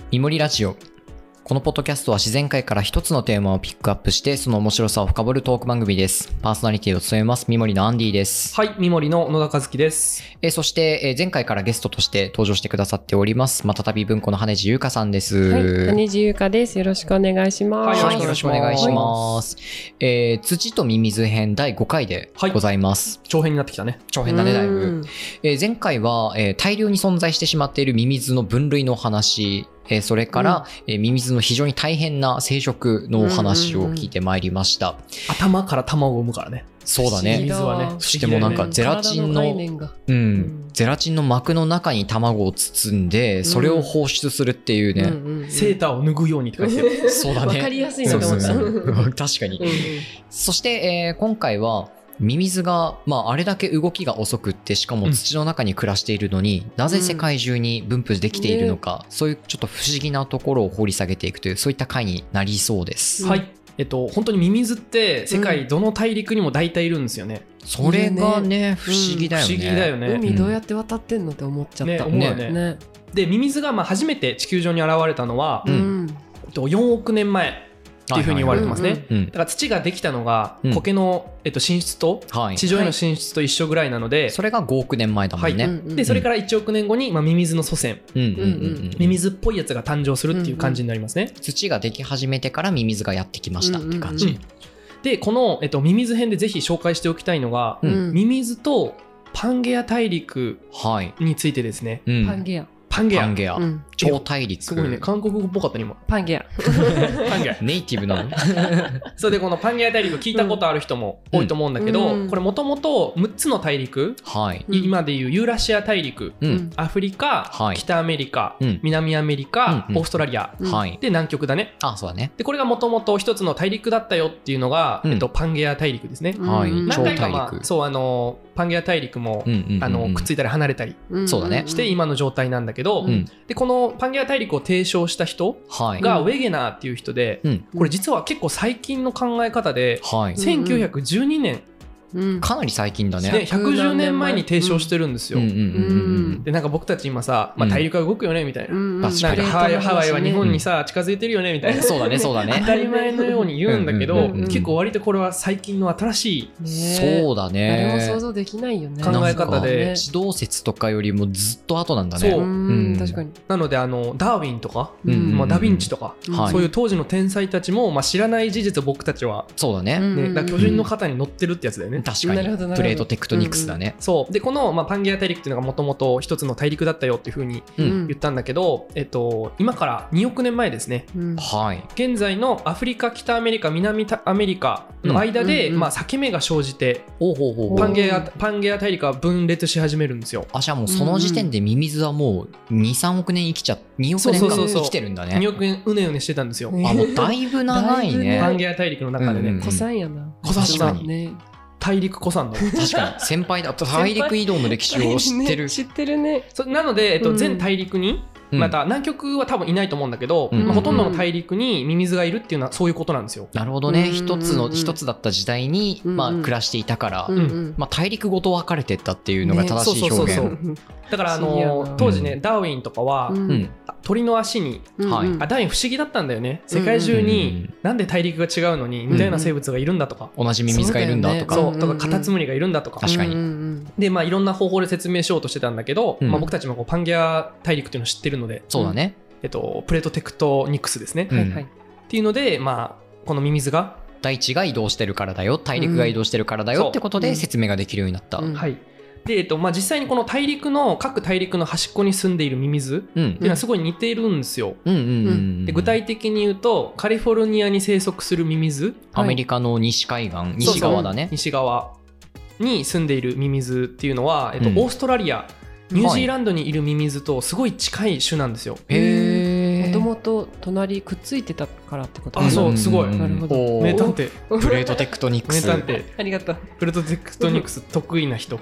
イモリラジオ。このポッドキャストは自然界から一つのテーマをピックアップしてその面白さを深掘るトーク番組です。パーソナリティを務めますミモリのアンディです。 はい、ミモリの野田和樹です。 そして、前回からゲストとして登場してくださっておりますまたたび文庫の羽地優香さんです。 はい、羽地優香です。よろしくお願いします。 はい、よろしくお願いします。土とミミズ編第5回でございます。 長編になってきたね。 長編だね、だいぶ。前回は、大量に存在してしまっているミミズの分類の話、それから、ミミズの非常に大変な生殖のお話を聞いてまいりました。 頭から卵を産むからね。 そうだね。 ミミズはね。 そしてもうなんかゼラチンの、ゼラチンの膜の中に卵を包んで、それを放出するっていうね。 セーターを脱ぐようにって書いてる。 そうだね。 わかりやすいなと思った。 確かに。そして、今回は、ミミズが、あれだけ動きが遅くってしかも土の中に暮らしているのに、なぜ世界中に分布できているのか、そういうちょっと不思議なところを掘り下げていくというそういった回になりそうです。 はい。本当にミミズって世界どの大陸にも大体いるんですよね。 それがね、不思議だよね。 不思議だよね。 海どうやって渡ってんのって思っちゃった。 ね、思うよね。で、ミミズが初めて地球上に現れたのは、4億年前。っていう風に言われてますね。だから土ができたのが苔の進出と地上への進出と一緒ぐらいなので、 それが5億年前だもんね。 でそれから1億年後にミミズの祖先、ミミズっぽいやつが誕生するっていう感じになりますね。 土ができ始めてからミミズがやってきましたって感じ。 でこのミミズ編でぜひ紹介しておきたいのが、ミミズとパンゲア大陸についてですね。 パンゲア。 超大陸。 すごいね。韓国語っぽかったね、今。 パンゲア。 ネイティブなのそれでこのパンゲア大陸聞いたことある人も多いと思うんだけど、これもともと6つの大陸、今でいうユーラシア大陸、アフリカ、北アメリカ、南アメリカ、オーストラリア、で南極だね。 あ、そうだね。 でこれがもともと一つの大陸だったよっていうのが、パンゲア大陸ですね。何回かパンゲア大陸もくっついたり離れたりして今の状態なんだけど、でこのパンゲア大陸を提唱した人がウェゲナーっていう人で、これ実は結構最近の考え方で、1912年かなり最近だね。 110年前に提唱してるんですよ。でなんか僕たち今さ、大陸は動くよねみたいな、なんかハワイは日本にさ近づいてるよねみたいな、 そうだね当たり前のように言うんだけど、結構割とこれは最近の新しい、 そうだね、 誰も想像できないよね、 考え方で、 地動説とかよりもずっと後なんだね。 そう、 確かに。 なのでダーウィンとか、ダヴィンチとか、そういう当時の天才たちも知らない事実を僕たちは、 そうだね、 だから巨人の肩に乗ってるってやつだよね。 確かにプレートテクトニクスだね。 そうでこの、パンゲア大陸っていうのがもともと一つの大陸だったよっていうふうに言ったんだけど、今から2億年前ですね、現在のアフリカ、北アメリカ、南アメリカの間で、裂け目が生じて、パンゲア大陸は分裂し始めるんですよ。 じゃあもうその時点でミミズはもう 2,3 億年2億年間生きてるんだね。 2億年うねうねしてたんですよ。 もうだいぶ長いね。 パンゲア大陸の中でね。 古参やな。 古参ね。大陸古参の確かに先輩だ。大陸移動の歴史を知ってる。 知ってるね。 なので、全大陸にまた南極は多分いないと思うんだけど、ほとんどの大陸にミミズがいるっていうのはそういうことなんですよ。 なるほどね。一つだった時代に暮らしていたから、大陸ごと分かれてったっていうのが正しい表現。 だから当時ね、ダーウィンとかは鳥の足に、ダーウィン不思議だったんだよね。世界中になんで大陸が違うのにみたいな生物がいるんだとか、 同じミミズがいるんだとか、 とかカタツムリがいるんだとか、 確かに。 でいろんな方法で説明しようとしてたんだけど、僕たちもパンゲア大陸っていうのを知ってるので、 そうだね。 プレートテクトニクスですね。っていうのでこのミミズが大地が移動してるからだよ、大陸が移動してるからだよってことで説明ができるようになった。 で実際にこの各大陸の端っこに住んでいるミミズっていうのはすごい似ているんですよ。で具体的に言うとカリフォルニアに生息するミミズ、 アメリカの西海岸、西側だね。 西側に住んでいるミミズっていうのは、オーストラリア、ニュージーランドにいるミミズとすごい近い種なんですよ。 もともと隣くっついてたからってこと。 そう、すごい。 なるほど。 名探偵。 プレートテクトニクス。 名探偵。 ありがとう。 プレートテクトニクス得意な人。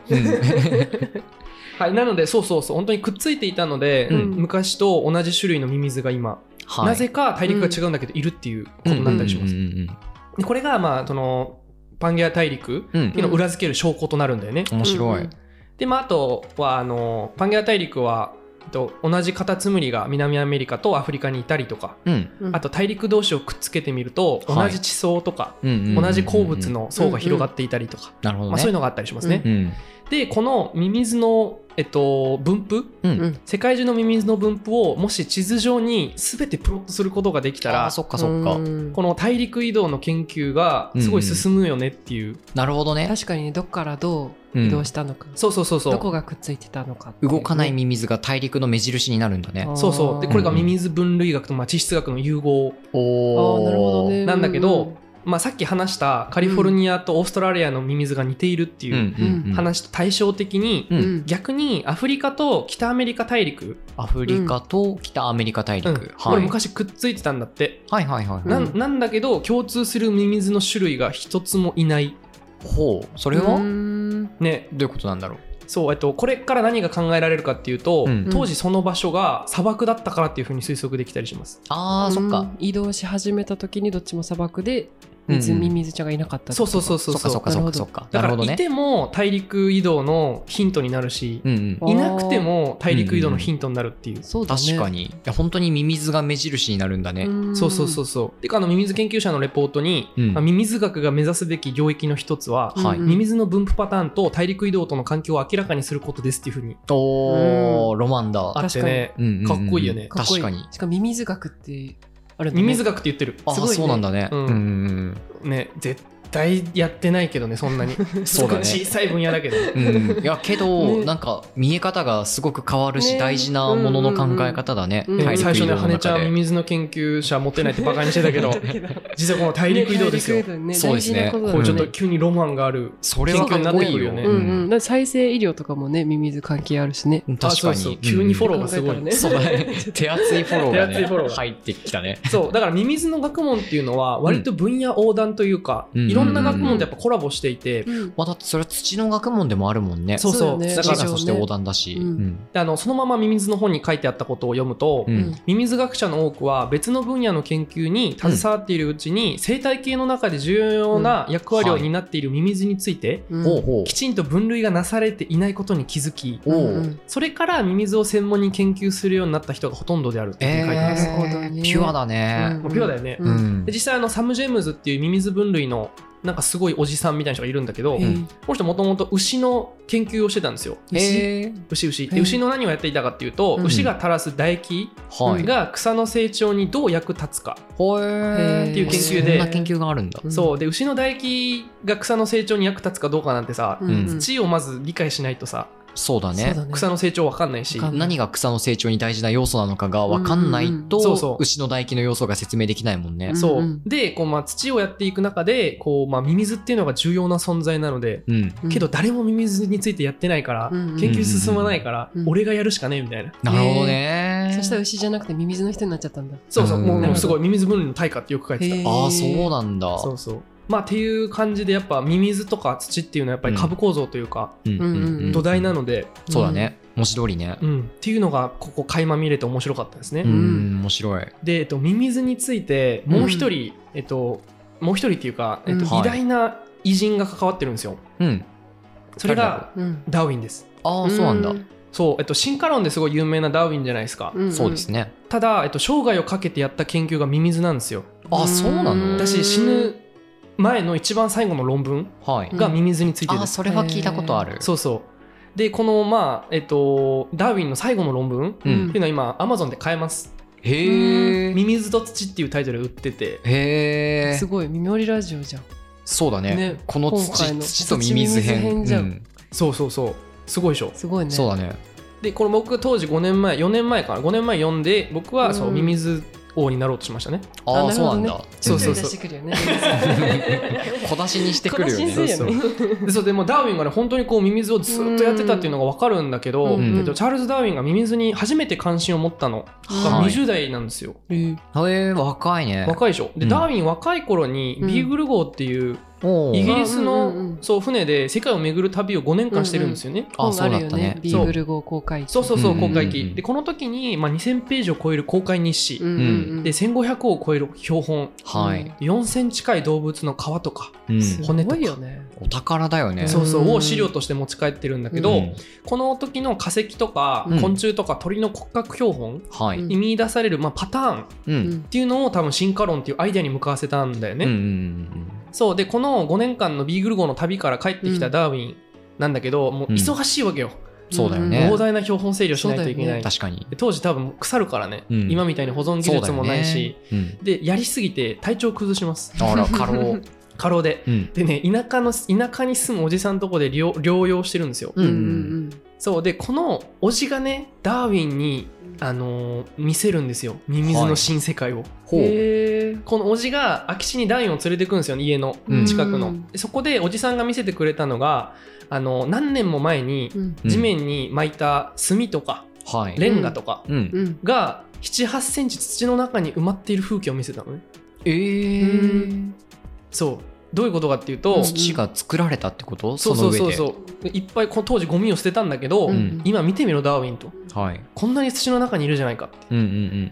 なので本当にくっついていたので、昔と同じ種類のミミズが今、なぜか大陸が違うんだけどいるっていうことになったりします。でこれがそのパンゲア大陸っていうのを裏付ける証拠となるんだよね。 面白い。 であとはパンゲア大陸は同じカタツムリが南アメリカとアフリカにいたりとか、あと大陸同士をくっつけてみると同じ地層とか同じ鉱物の層が広がっていたりとか、そういうのがあったりしますね。でこのミミズの、分布、世界中のミミズの分布をもし地図上に全てプロットすることができたら、 そっかそっか、 この大陸移動の研究がすごい進むよねっていう、 なるほどね。 確かにどっからどう移動したのか、 そうどこがくっついてたのか、 動かないミミズが大陸の目印になるんだね。 そうでこれがミミズ分類学と地質学の融合なるほどねなんだけど、さっき話したカリフォルニアとオーストラリアのミミズが似ているっていう話と対照的に、逆にアフリカと北アメリカ大陸、 アフリカと北アメリカ大陸、 これ昔くっついてたんだって。なんだけど共通するミミズの種類が一つもいない。 それはね、 どういうことなんだろう。 そう、これから何が考えられるかっていうと、当時その場所が砂漠だったからっていうふうに推測できたりします。 そっか。 移動し始めた時にどっちも砂漠でミミズちゃんがいなかった。 そうそっか。 だからいても大陸移動のヒントになるし、いなくても大陸移動のヒントになるっていう。 確かに。いや本当にミミズが目印になるんだね。 そうでミミズ研究者のレポートに、ミミズ学が目指すべき領域の一つは、ミミズの分布パターンと大陸移動との環境を明らかにすることですっていうふうに。 ロマンだ。 あってね、かっこいいよね。 確かに。 しかもミミズ学ってミミズ学って言ってる。 そうなんだね。 ね、絶対やってないけどね、そんなに。そうだね。小さい分野だけど。 いやけどなんか見え方がすごく変わるし、大事なものの考え方だね。 最初ね、羽根ちゃんミミズの研究者持ってないってバカにしてたけど、実はこの大陸移動ですよ。 そうですね。 こうちょっと急にロマンがある研究になってくるよね。 再生医療とかもね、ミミズ関係あるしね。 確かに。 急にフォローがすごい。 手厚いフォローが入ってきたね。 そうだからミミズの学問っていうのは割と分野横断というか、いろんな学問とやっぱコラボしていて、 だってそれは土の学問でもあるもんね。 そうだからそして横断だし、 そのままミミズの本に書いてあったことを読むと、ミミズ学者の多くは別の分野の研究に携わっているうちに、生態系の中で重要な役割を担っているミミズについて、きちんと分類がなされていないことに気づき、それからミミズを専門に研究するようになった人がほとんどであるって書いてます。 ピュアだね。 ピュアだよね。で実際サム・ジェームズっていうミミズ分類のなんかすごいおじさんみたいな人がいるんだけど、この人もともと牛の研究をしてたんですよ。牛の何をやっていたかっていうと、牛が垂らす唾液が草の成長にどう役立つかっていう研究で、 そんな研究があるんだ。 そうで、牛の唾液が草の成長に役立つかどうかなんてさ、土をまず理解しないとさ、 そうだね。 草の成長分かんないし、 何が草の成長に大事な要素なのかが分かんないと、牛の唾液の要素が説明できないもんね。 そうで土をやっていく中でミミズっていうのが重要な存在なので、けど誰もミミズについてやってないから、研究進まないから、俺がやるしかねえみたいな。 なるほどね。 そしたら牛じゃなくてミミズの人になっちゃったんだ。 もうすごいミミズ分類の大家ってよく書いてた。 そうなんだ。 っていう感じで、やっぱミミズとか土っていうのはやっぱり株構造というか、土台なので、 そうだね、文字通りね、 っていうのがここ垣間見れて面白かったですね。 面白い。 で、ミミズについてもう一人、もう一人っていうか、偉大な偉人が関わってるんですよ。それがダーウィンです。 そうなんだ。 そう、進化論ですごい有名なダーウィンじゃないですか。 そうですね。 ただ、生涯をかけてやった研究がミミズなんですよ。 そうなの？ だし、死ぬ前の一番最後の論文がミミズについてる。 それは聞いたことある。 そうで、このダーウィンの最後の論文っていうのは今 Amazon で買えます。ミミズと土っていうタイトルで売ってて、 すごい、ミモリラジオじゃん。 そうだね。この土とミミズ編じゃん。 そうすごいでしょ。 すごいね。 そうだね。 でこれ僕当時4年前読んで、僕はミミズ王になろうとしましたね。 そうなんだ。 そう小出しにしてくるよね。 でもダーウィンがね、本当にミミズをずっとやってたっていうのが分かるんだけど、チャールズ・ダーウィンがミミズに初めて関心を持ったのが20代なんですよ。 若いね。 若いでしょ。でダーウィン若い頃にビーグル号っていうイギリスのそう船で世界を巡る旅を5年間してるんですよね。 あ、そうだったね。ビーグル号航海記。 そう航海記で、この時に2000ページを超える航海日誌で1500を超える標本、4000近い動物の皮とか骨とか、 お宝だよね。 を資料として持ち帰ってるんだけど、この時の化石とか昆虫とか鳥の骨格標本に見出されるパターンっていうのを多分進化論っていうアイデアに向かわせたんだよね。そうで、この5年間のビーグル号の旅から帰ってきたダーウィンなんだけど、もう忙しいわけよ。 そうだよね。 膨大な標本整理をしないといけない。 確かに。 当時多分腐るからね、今みたいに保存技術もないし、でやりすぎて体調崩します。 あら、 過労で、でね、田舎に住むおじさんのとこで療養してるんですよ。そうで、このおじがね、ダーウィンに見せるんですよ、ミミズの新世界を。このおじが空き地にダーウィンを連れてくるんですよ、家の近くの。そこでおじさんが見せてくれたのが、何年も前に地面に巻いた炭とか、レンガとかが 7,8 センチ土の中に埋まっている風景を見せたのね。そうどういうことかっていうと、 土が作られたってこと？ そういっぱい当時ゴミを捨てたんだけど、今見てみろダーウィンと、こんなに土の中にいるじゃないかって。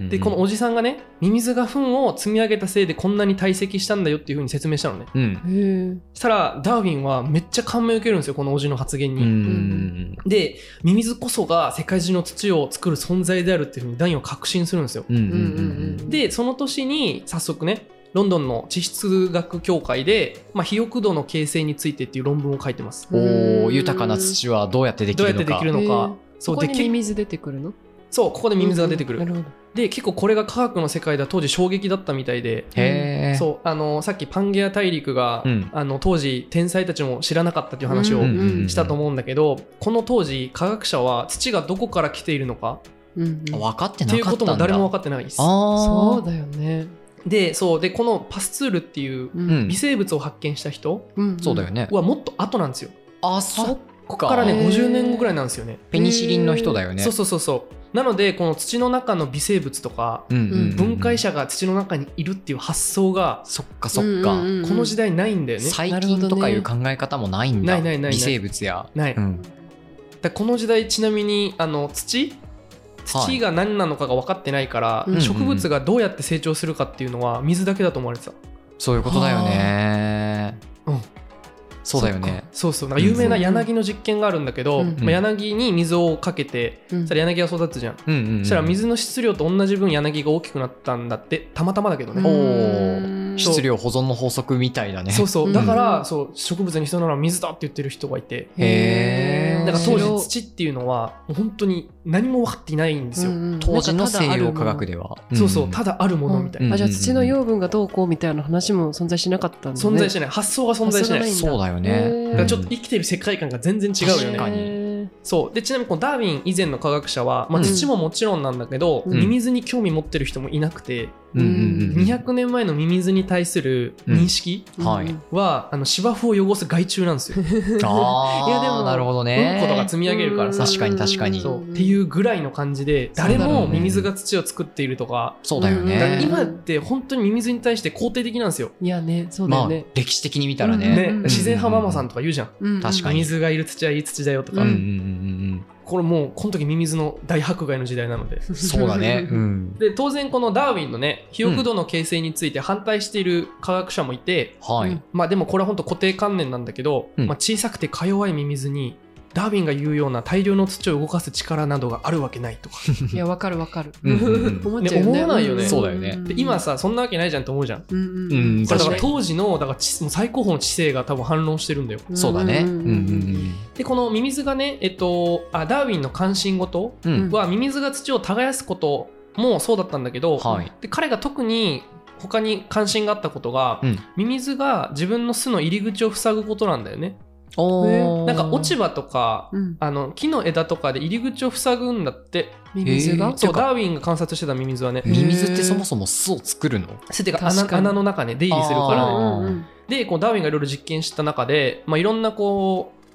でこのおじさんがね、ミミズが糞を積み上げたせいでこんなに堆積したんだよっていう風に説明したのね。そしたらダーウィンはめっちゃ感銘を受けるんですよ、このおじの発言に。でミミズこそが世界中の土を作る存在であるっていう風にダーウィンは確信するんですよ。でその年に早速ね、ロンドンの地質学協会で、肥沃度の形成についてっていう論文を書いてます。 豊かな土はどうやってできるのか。 そこにミミズ出てくるの？ そう、ここでミミズが出てくる。で結構これが科学の世界では当時衝撃だったみたいで、そうさっきパンゲア大陸が、当時天才たちも知らなかったという話をしたと思うんだけど、この当時科学者は土がどこから来ているのか分かってなかったんだっていうことも誰も分かってないです。 そうだよね。 でこのパスツールっていう微生物を発見した人はもっと後なんですよ。 そっか。 ここからね50年後ぐらいなんですよね。 ペニシリンの人だよね。 そうなのでこの土の中の微生物とか、分解者が土の中にいるっていう発想がそっかこの時代ないんだよね。 細菌とかいう考え方もないんだ。微生物やない、だこの時代ちなみに土が何なのかが分かってないから、植物がどうやって成長するかっていうのは水だけだと思われてた。 そういうことだよね。そうだよね。 なんか有名な柳の実験があるんだけど、柳に水をかけて、そしたら柳が育つじゃん。そしたら水の質量と同じ分柳が大きくなったんだって。たまたまだけどね。 質量保存の法則みたいだね。 だから植物に必要なのは水だって言ってる人がいて、だから当時土っていうのは本当に何も分かっていないんですよ。 当時の西洋科学ではただあるものみたいな。 じゃあ土の養分がどうこうみたいな話も存在しなかったんだね。 存在しない。発想が存在しない。 そうだよね。 だからちょっと生きてる世界観が全然違うよね。確かに。そうでちなみにこのダーウィン以前の科学者は、土ももちろんなんだけど、ミミズに興味持ってる人もいなくて、200年前のミミズに対する認識は、芝生を汚す害虫なんですよ。いやでもなるほどね。 うんことが積み上げるからさ。 確かにっていうぐらいの感じで、誰もミミズが土を作っているとか。 そうだよね。 今って本当にミミズに対して肯定的なんですよ。 いやね、そうだよね。 歴史的に見たらね。 自然派ママさんとか言うじゃん。 確かに。 ミミズがいる土はいい土だよとか。これもうこの時ミミズの大迫害の時代なので。 そうだね。 で当然このダーウィンのね、肥沃度の形成について反対している科学者もいて、でもこれは本当固定観念なんだけど、小さくてか弱いミミズにダーウィンが言うような大量の土を動かす力などがあるわけないとか。 いや、わかる思っちゃうよね。 思わないよね。 そうだよね。 で今さ、そんなわけないじゃんと思うじゃん。だから当時の最高峰の知性が多分反論してるんだよ。 そうだね。 でこのミミズがね、ダーウィンの関心事は、ミミズが土を耕すこともそうだったんだけど、で彼が特に他に関心があったことが、ミミズが自分の巣の入り口を塞ぐことなんだよね。なんか落ち葉とか、木の枝とかで入り口を塞ぐんだって。 ミミズが？ そう、ダーウィンが観察してたミミズはね。 ミミズってそもそも巣を作るの？ 巣っていうか穴の中ね、出入りするからね。でこうダーウィンがいろいろ実験した中で、いろんなこう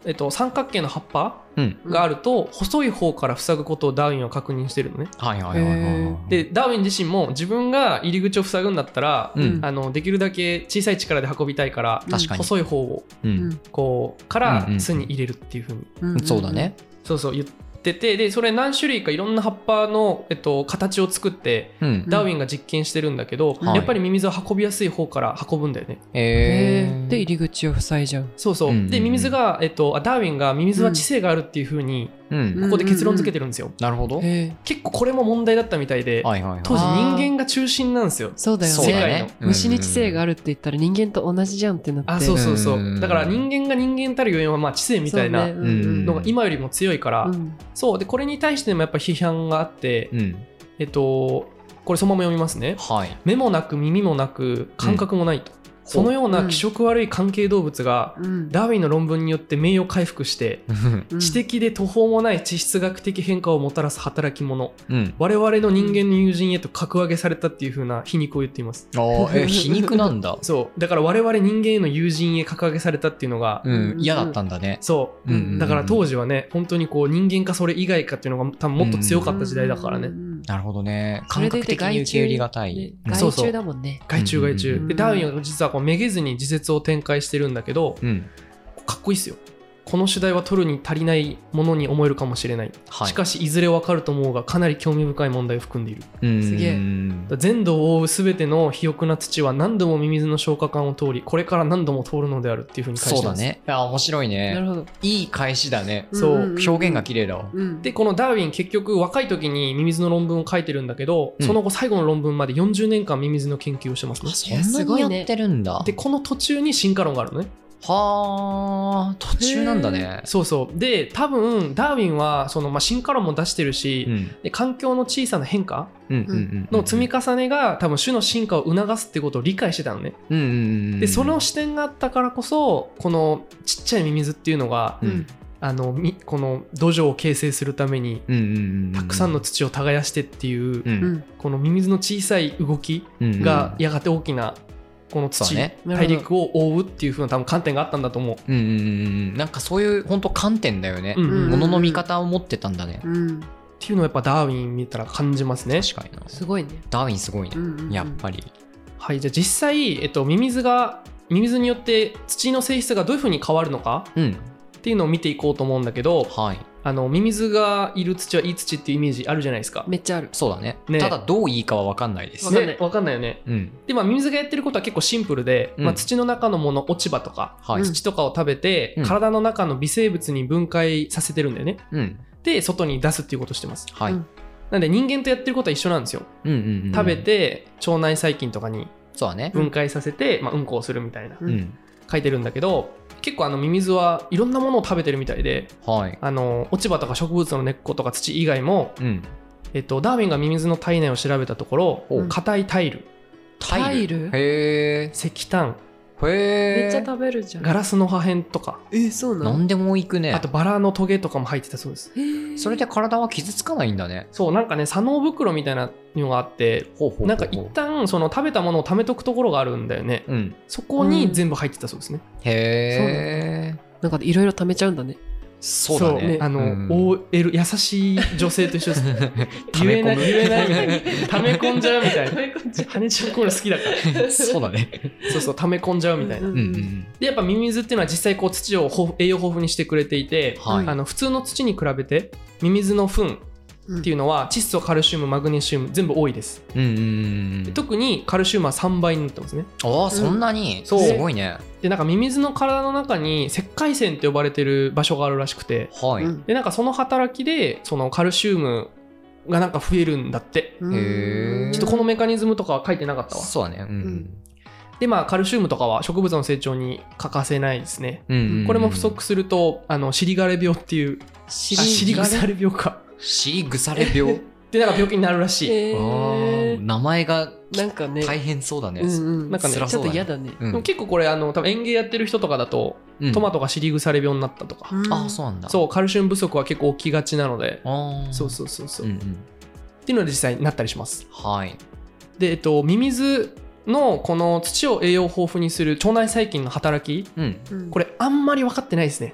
三角形の葉っぱがあると、細い方から塞ぐことをダーウィンは確認してるのね。でダーウィン自身も自分が入り口を塞ぐんだったら、できるだけ小さい力で運びたいから、細い方をこうから巣に入れるっていう風に、 そうだね。 そう言ってて、でそれ何種類かいろんな葉っぱの、形を作って、ダーウィンが実験してるんだけど、やっぱりミミズは運びやすい方から運ぶんだよね。 で入り口を塞いじゃう。 でミミズが、ダーウィンがミミズは知性があるっていう風に、ここで結論付けてるんですよ。 なるほど。 結構これも問題だったみたいで、当時人間が中心なんですよ。 そうだよね。世界の虫に知性があるって言ったら人間と同じじゃんってなって。 そうだから人間が人間たる要因はまあ知性みたいなのが今よりも強いから、でこれに対してもやっぱ批判があって、これそのまま読みますね。目もなく耳もなく感覚もないと。そのような気色悪い関係動物が、ダーウィンの論文によって名誉回復して、知的で途方もない地質学的変化をもたらす働き者、我々の人間の友人へと格上げされたっていう風な皮肉を言っています。 皮肉なんだ。 だから我々人間への友人へ格上げされたっていうのが、 嫌だったんだね。 だから当時はね、本当にこう人間かそれ以外かっていうのが多分もっと強かった時代だからね。 なるほどね。感覚的に受け入れがたい。 害虫だもんね。 害虫。でダーウィンは実はこうめげずに自説を展開してるんだけど、かっこいいっすよ。この主題は取るに足りないものに思えるかもしれない、しかしいずれわかると思うがかなり興味深い問題を含んでいる。 すげえ。 全土を覆うすべての肥沃な土は何度もミミズの消化管を通り、これから何度も通るのであるっていう風に返してます。 そうだね。面白いね。 なるほど。 いい返しだね。表現が綺麗だわ。 でこのダーウィン結局若い時にミミズの論文を書いてるんだけど、その後最後の論文まで40年間ミミズの研究をしてますね。 そんなにやってるんだ。 でこの途中に進化論があるのね。 途中なんだね。 で多分ダーウィンはその、進化論も出してるし、で環境の小さな変化の積み重ねが多分種の進化を促すってことを理解してたのね。でその視点があったからこそこのちっちゃいミミズっていうのが、この土壌を形成するためにたくさんの土を耕してっていう、このミミズの小さい動きがやがて大きなこの土、大陸を覆うっていう風な多分観点があったんだと思う。 なんかそういう本当観点だよね。ものの見方を持ってたんだね。 っていうのをやっぱダーウィン見たら感じますね。 確かにな。 すごいね。 ダーウィンすごいね。やっぱり。 はい、じゃあ実際、ミミズによって土の性質がどういう風に変わるのか、っていうのを見ていこうと思うんだけど、ミミズがいる土はいい土っていうイメージあるじゃないですか。 めっちゃある。 そうだね。ただどういいかは分かんないです。 分かんないよね。でミミズがやってることは結構シンプルで、土の中のもの、落ち葉とか、土とかを食べて、体の中の微生物に分解させてるんだよね。で外に出すっていうことをしてます。なんで人間とやってることは一緒なんですよ。食べて腸内細菌とかに分解させて、うんこをするみたいな、書いてるんだけど、結構ミミズはいろんなものを食べてるみたいで、落ち葉とか植物の根っことか土以外も、ダーウィンがミミズの体内を調べたところ、硬いタイル、石炭、 めっちゃ食べるじゃん。 ガラスの破片とか、 そうなの。 何でもいくね。 あとバラのトゲとかも入ってたそうです。 それで体は傷つかないんだね。 なんかね、左脳袋みたいなのがあって、なんか一旦その食べたものを貯めとくところがあるんだよね。そこに全部入ってたそうですね。 なんかいろいろ貯めちゃうんだね。 そうだね。 OL 優しい女性と一緒です。言えない溜め込んじゃうみたいな。羽ちゃんこれ好きだから。 そうだね。 溜め込んじゃうみたいな。でやっぱミミズっていうのは実際こう土を栄養豊富にしてくれていて、普通の土に比べてミミズの糞っていうのは窒素、カルシウム、マグネシウム全部多いです。特にカルシウムは3倍になってますね。 そんなにすごいね。 でなんかミミズの体の中に石灰泉って呼ばれてる場所があるらしくて、でなんかその働きでそのカルシウムがなんか増えるんだって。ちょっとこのメカニズムとかは書いてなかったわ。 そうだね。 でカルシウムとかは植物の成長に欠かせないですね。これも不足すると尻枯れ病っていう尻腐れ病か。 尻腐れ病でなんか病気になるらしい。 名前がなんかね大変そうだね。 なんかねちょっと嫌だね。 でも結構これ多分園芸やってる人とかだと、トマトが尻腐れ病になったとか。 そうなんだ。 カルシウム不足は結構起きがちなので、そうっていうので実際になったりします。でミミズのこの土を栄養豊富にする腸内細菌の働き、これあんまり分かってないですね。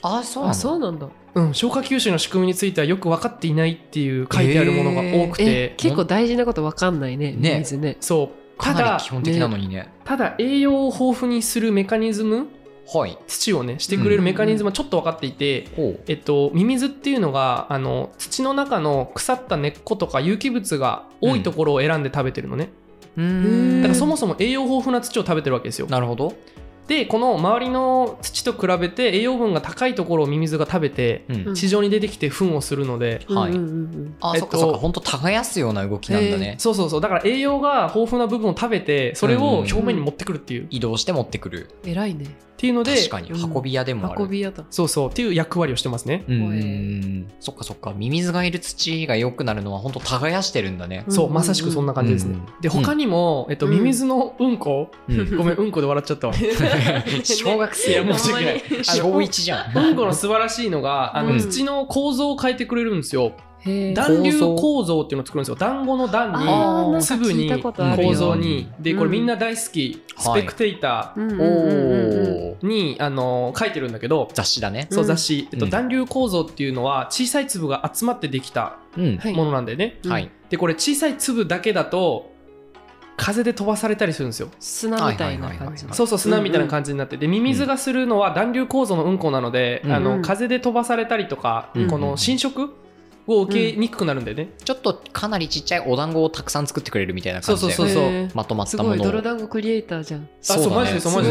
そうなんだ。 消化吸収の仕組みについてはよく分かっていないっていう書いてあるものが多くて、 結構大事なこと分かんないね、水ね。 そうかなり基本的なのにね。 ただ栄養を豊富にするメカニズム、土をねしてくれるメカニズムはちょっと分かっていて、ミミズっていうのが土の中の腐った根っことか有機物が多いところを選んで食べてるのね。だからそもそも栄養豊富な土を食べてるわけですよ。 なるほど。 でこの周りの土と比べて栄養分が高いところをミミズが食べて、地上に出てきて糞をするので、 そっかそっか、本当耕すような動きなんだね。 そうだから栄養が豊富な部分を食べてそれを表面に持ってくるっていう、 移動して持ってくる。 偉いねっていうので、 確かに運び屋でもある。 運び屋だ。 そうっていう役割をしてますね。 そっかそっか、ミミズがいる土が良くなるのは本当耕してるんだね。 そう、まさしくそんな感じですね。で他にもミミズのうんこ、ごめん、うんこで笑っちゃったわ。 小学生、 申し訳ない。 小1じゃん。 うんこの素晴らしいのが土の構造を変えてくれるんですよ。団粒構造っていうのを作るんですよ。団子の団に粒に構造に、でこれみんな大好きスペクテーターに書いてるんだけど、 雑誌だね。 そう、雑誌。団粒構造っていうのは小さい粒が集まってできたものなんだよね。でこれ小さい粒だけだと風で飛ばされたりするんですよ。 砂みたいな感じ。 そう砂みたいな感じになって、でミミズがするのは団粒構造のうんこなので、風で飛ばされたりとか、この侵食を受けにくくなるんだよね。 ちょっとかなりちっちゃいお団子をたくさん作ってくれるみたいな感じで、 そうまとまったものを。 すごい泥団子クリエイターじゃん。 そうマジでそう、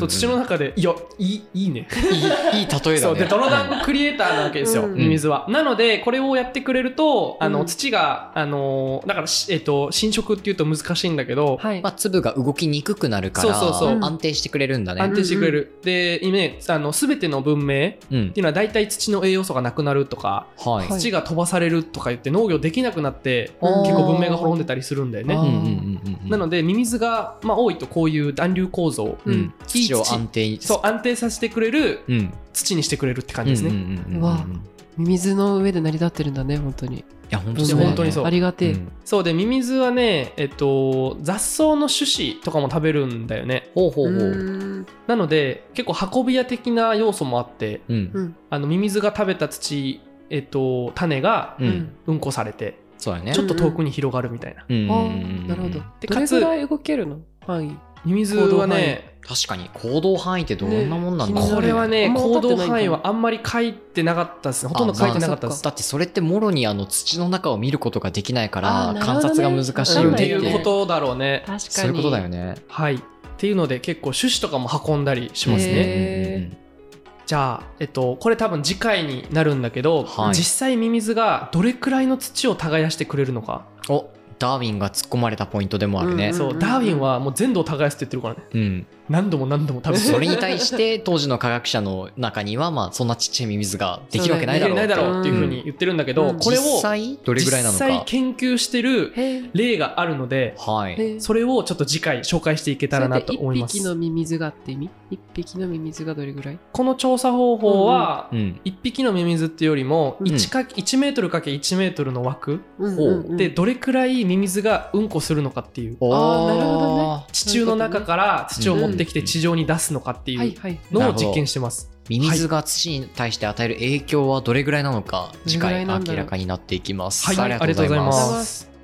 土の中でいいね。 いい例えだね。 で泥団子クリエイターなわけですよ、ミミズは。なのでこれをやってくれると土がだから侵食っていうと難しいんだけど、 粒が動きにくくなるから安定してくれるんだね。 安定してくれる。で今全ての文明っていうのは大体土の栄養素がなくなるとか、土が飛ばされるとか言って農業できなくなって結構文明が滅んでたりするんだよね。なのでミミズが多いとこういう団粒構造、 土を安定させてくれる土にしてくれるって感じですね。 ミミズの上で成り立ってるんだね、本当に。 いや本当にそう。 ありがてえ。 そうでミミズはね雑草の種子とかも食べるんだよね。なので結構運び屋的な要素もあって、ミミズが食べた土種がうんこされて、ちょっと遠くに広がるみたいな。 なるほど。どれぐらい動けるの範囲？ ミミズはね、 確かに行動範囲ってどんなもんなんだろう。 これはね行動範囲はあんまり書いてなかったですね。ほとんど書いてなかったです。 だってそれってもろに土の中を見ることができないから観察が難しいよねっていうことだろうね。 確かにそういうことだよね。 はいっていうので結構種子とかも運んだりしますね。じゃあ、これ多分次回になるんだけど、実際ミミズがどれくらいの土を耕してくれるのか。 ダーウィンが突っ込まれたポイントでもあるね。 そうダーウィンはもう全土を耕すって言ってるからね。何度も何度も食べてそれに対して当時の科学者の中にはそんなちっちゃいミミズができるわけないだろうっていうふうに言ってるんだけど、これを実際どれぐらいなのか実際研究してる例があるので、それをちょっと次回紹介していけたらなと思います。 1匹のミミズがって意味？1匹のミミズがどれぐらい？ この調査方法は1匹のミミズっていうよりも1メートル ×1 メートルの枠でどれくらいミミズがうんこするのかっていう、 なるほどね。 地中の中から土を持ってきて地上に出すのかっていうのを実験してます。 ミミズが土に対して与える影響はどれぐらいなのか次回明らかになっていきます。 ありがとうございます。